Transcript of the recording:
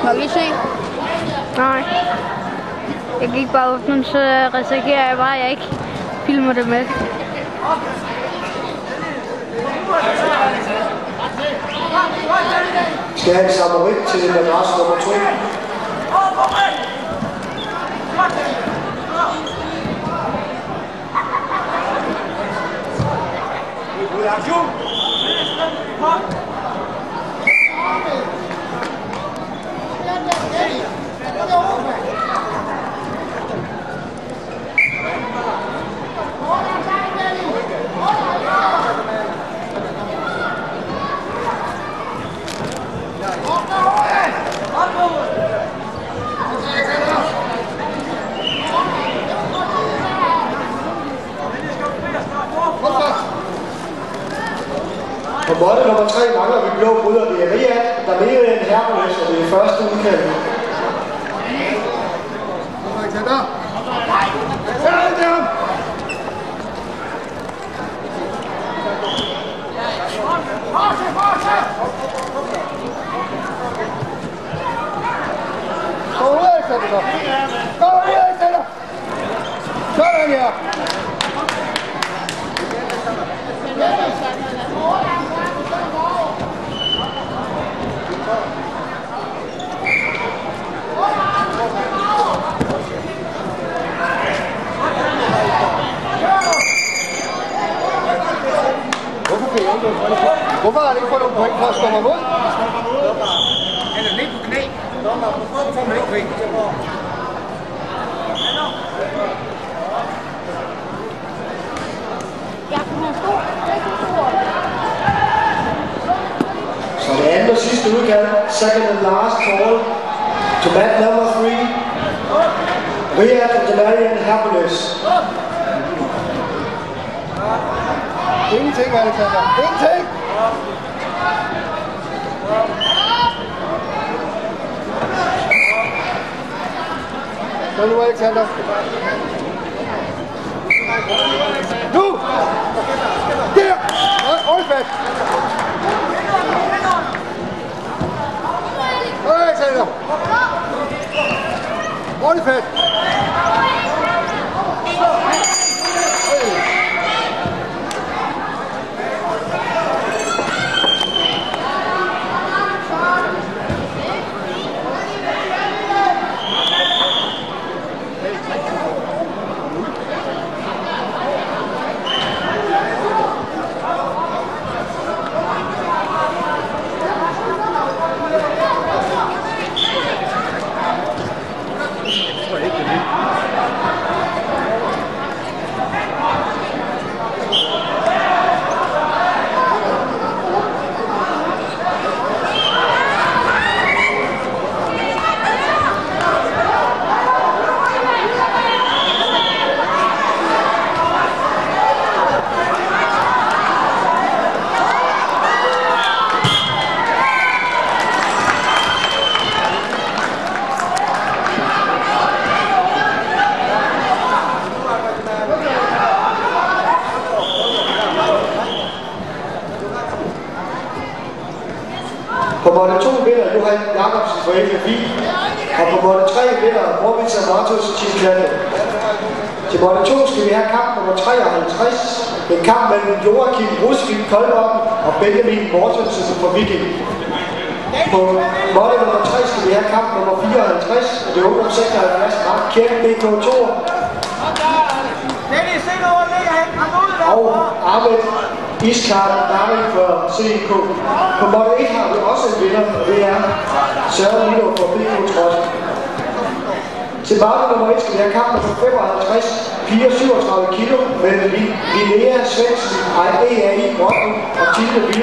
hockey-se? Nej. Jeg gik bare ud, men så risikerer jeg bare, at jeg ikke filmer det med. Skal have en samarit til adresse nummer 2. På måtte nummer 3 mangler vi blå bryder. Det er Riyad, der er mere end Hercules, og det er første udkald. Kom ud, Alexander! Kom ud, Alexander! Sådan her! Hvorfor har han ikke fået nogen point for at stå mig mod? Han er lidt på knæ. Hvorfor får man ikke point? Så det andet og sidste udkald, second and last call to bat number 3. Riyad og Delarian Hercules. Ingenting, Alexander. Ingenting! Så nu, Alexander. Nu! Der! Oldsbæk! Alexander! Ordentligt fedt! På måtte 2 vinder Johan Jacobsen for FFI, og på måtte 3 vinder Robin Samatos Team Klatte. Til måtte 2 skal vi have kamp nummer 53, en kamp mellem Joachim Rusvig Koldbakken og Benjamin Mortensen for Viking. På måtte nummer 3 skal vi have kamp nummer 54, og det er ungdom 76, Mark Kjær BK2. Og Ahmed Iskar Darik for CK. På måtte 1 har vi også en vinder, og det er Søren Lino for BK3. Til måtte nummer 1 skal vi have kamp nummer 55, 37 kilo med Linnea Svendsen, EAI Rotten og Tine